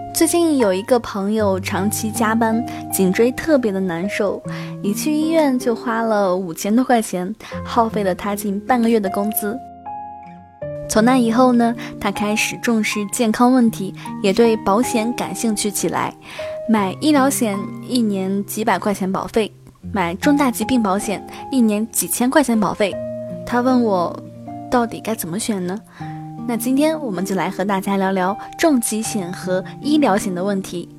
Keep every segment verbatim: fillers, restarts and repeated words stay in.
最近有一个朋友长期加班，颈椎特别的难受，一去医院就花了五千多块钱，耗费了他近半个月的工资。从那以后呢，他开始重视健康问题，也对保险感兴趣起来，买医疗险一年几百块钱保费，买重大疾病保险一年几千块钱保费。他问我到底该怎么选呢？那今天我们就来和大家聊聊重疾险和医疗险的问题。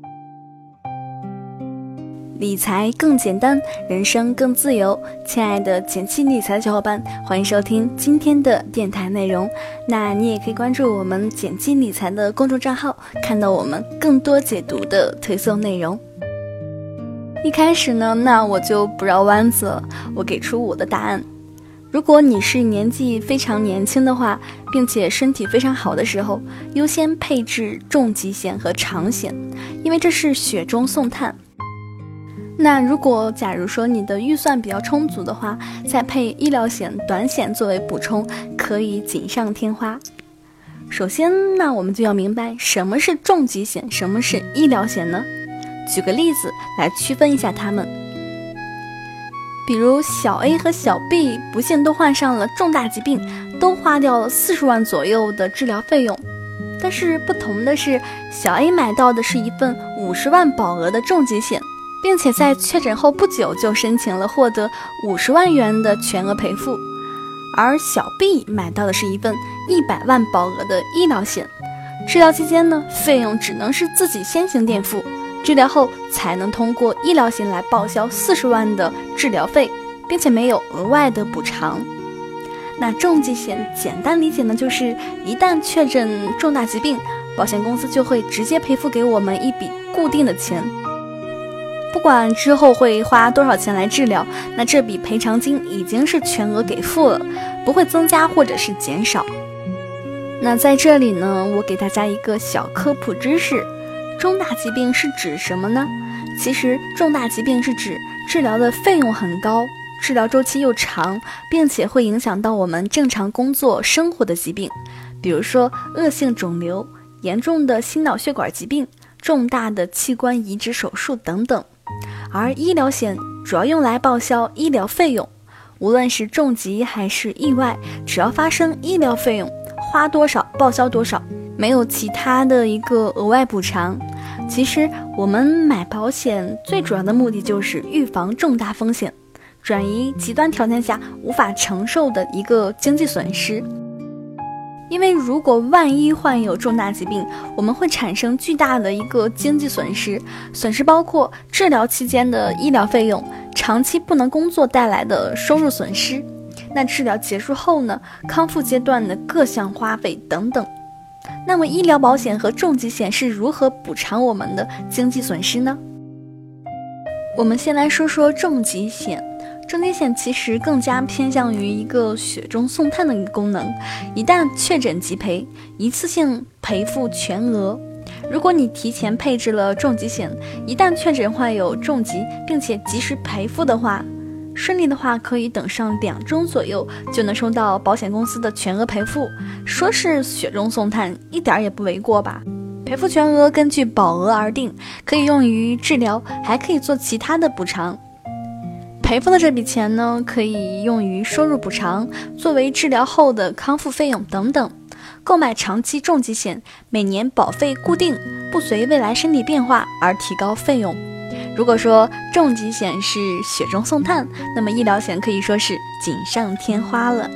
理财更简单，人生更自由。亲爱的简七理财的小伙伴，欢迎收听今天的电台内容。那你也可以关注我们简七理财的公众账号，看到我们更多解读的推送内容。一开始呢，那我就不绕弯子了，我给出我的答案。如果你是年纪非常年轻的话，并且身体非常好的时候，优先配置重疾险和长险，因为这是雪中送炭。那如果假如说你的预算比较充足的话，再配医疗险、短险作为补充，可以锦上添花。首先，那我们就要明白什么是重疾险，什么是医疗险呢？举个例子来区分一下它们。比如小 A 和小 B 不幸都患上了重大疾病，都花掉了四十万左右的治疗费用。但是不同的是，小 A 买到的是一份五十万保额的重疾险，并且在确诊后不久就申请了获得五十万元的全额赔付。而小 B 买到的是一份一百万保额的医疗险，治疗期间呢，费用只能是自己先行垫付，治疗后才能通过医疗险来报销四十万的治疗费，并且没有额外的补偿。那重疾险简单理解呢，就是一旦确诊重大疾病，保险公司就会直接赔付给我们一笔固定的钱，不管之后会花多少钱来治疗，那这笔赔偿金已经是全额给付了，不会增加或者是减少。那在这里呢，我给大家一个小科普知识，重大疾病是指什么呢？其实重大疾病是指治疗的费用很高，治疗周期又长，并且会影响到我们正常工作生活的疾病，比如说恶性肿瘤、严重的心脑血管疾病、重大的器官移植手术等等。而医疗险主要用来报销医疗费用，无论是重疾还是意外，只要发生医疗费用，花多少报销多少，没有其他的一个额外补偿。其实我们买保险最主要的目的就是预防重大风险，转移极端条件下无法承受的一个经济损失。因为如果万一患有重大疾病，我们会产生巨大的一个经济损失，损失包括治疗期间的医疗费用，长期不能工作带来的收入损失，那治疗结束后呢，康复阶段的各项花费等等。那么医疗保险和重疾险是如何补偿我们的经济损失呢？我们先来说说重疾险。重疾险其实更加偏向于一个雪中送炭的一个功能，一旦确诊即赔，一次性赔付全额。如果你提前配置了重疾险，一旦确诊患有重疾，并且及时赔付的话，顺利的话可以等上两周左右就能收到保险公司的全额赔付。说是雪中送炭，一点也不为过吧。赔付全额根据保额而定，可以用于治疗，还可以做其他的补偿。赔付的这笔钱呢，可以用于收入补偿，作为治疗后的康复费用等等。购买长期重疾险，每年保费固定，不随未来身体变化而提高费用。如果说重疾险是雪中送炭，那么医疗险可以说是锦上添花了。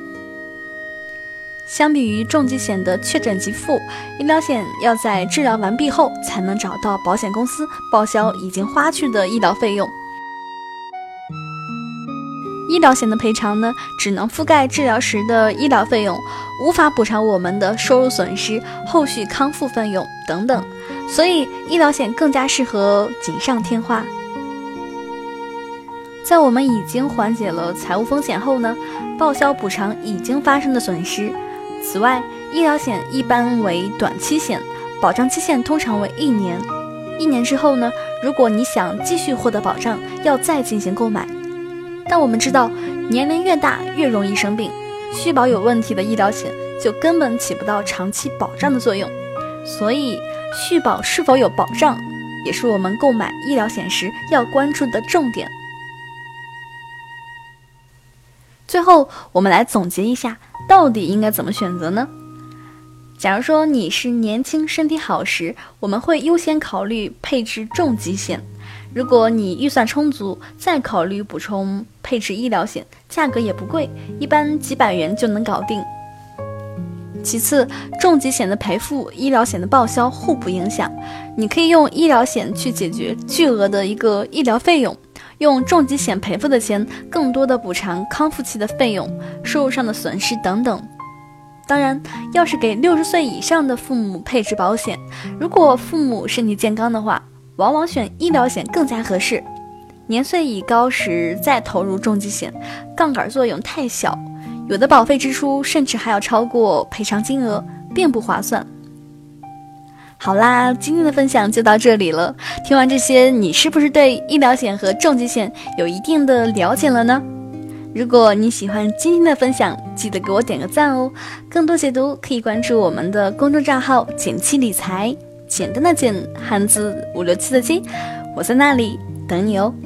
相比于重疾险的确诊即付，医疗险要在治疗完毕后才能找到保险公司报销已经花去的医疗费用。医疗险的赔偿呢，只能覆盖治疗时的医疗费用，无法补偿我们的收入损失、后续康复费用等等，所以医疗险更加适合锦上添花。在我们已经缓解了财务风险后呢，报销补偿已经发生的损失。此外，医疗险一般为短期险，保障期限通常为一年。一年之后呢，如果你想继续获得保障，要再进行购买。但我们知道，年龄越大越容易生病，续保有问题的医疗险就根本起不到长期保障的作用。 所以续保是否有保障，也是我们购买医疗险时要关注的重点。最后，我们来总结一下，到底应该怎么选择呢？假如说你是年轻身体好时，我们会优先考虑配置重疾险。如果你预算充足，再考虑补充配置医疗险，价格也不贵，一般几百元就能搞定。其次，重疾险的赔付、医疗险的报销互不影响，你可以用医疗险去解决巨额的一个医疗费用，用重疾险赔付的钱更多的补偿康复期的费用、收入上的损失等等。当然，要是给六十岁以上的父母配置保险，如果父母身体健康的话，往往选医疗险更加合适。年岁已高时再投入重疾险，杠杆作用太小，有的保费支出甚至还要超过赔偿金额，并不划算。好啦，今天的分享就到这里了。听完这些，你是不是对医疗险和重疾险有一定的了解了呢？如果你喜欢今天的分享，记得给我点个赞哦。更多解读可以关注我们的公众账号简七理财，简单的简，汉字五六七的七，我在那里等你哦。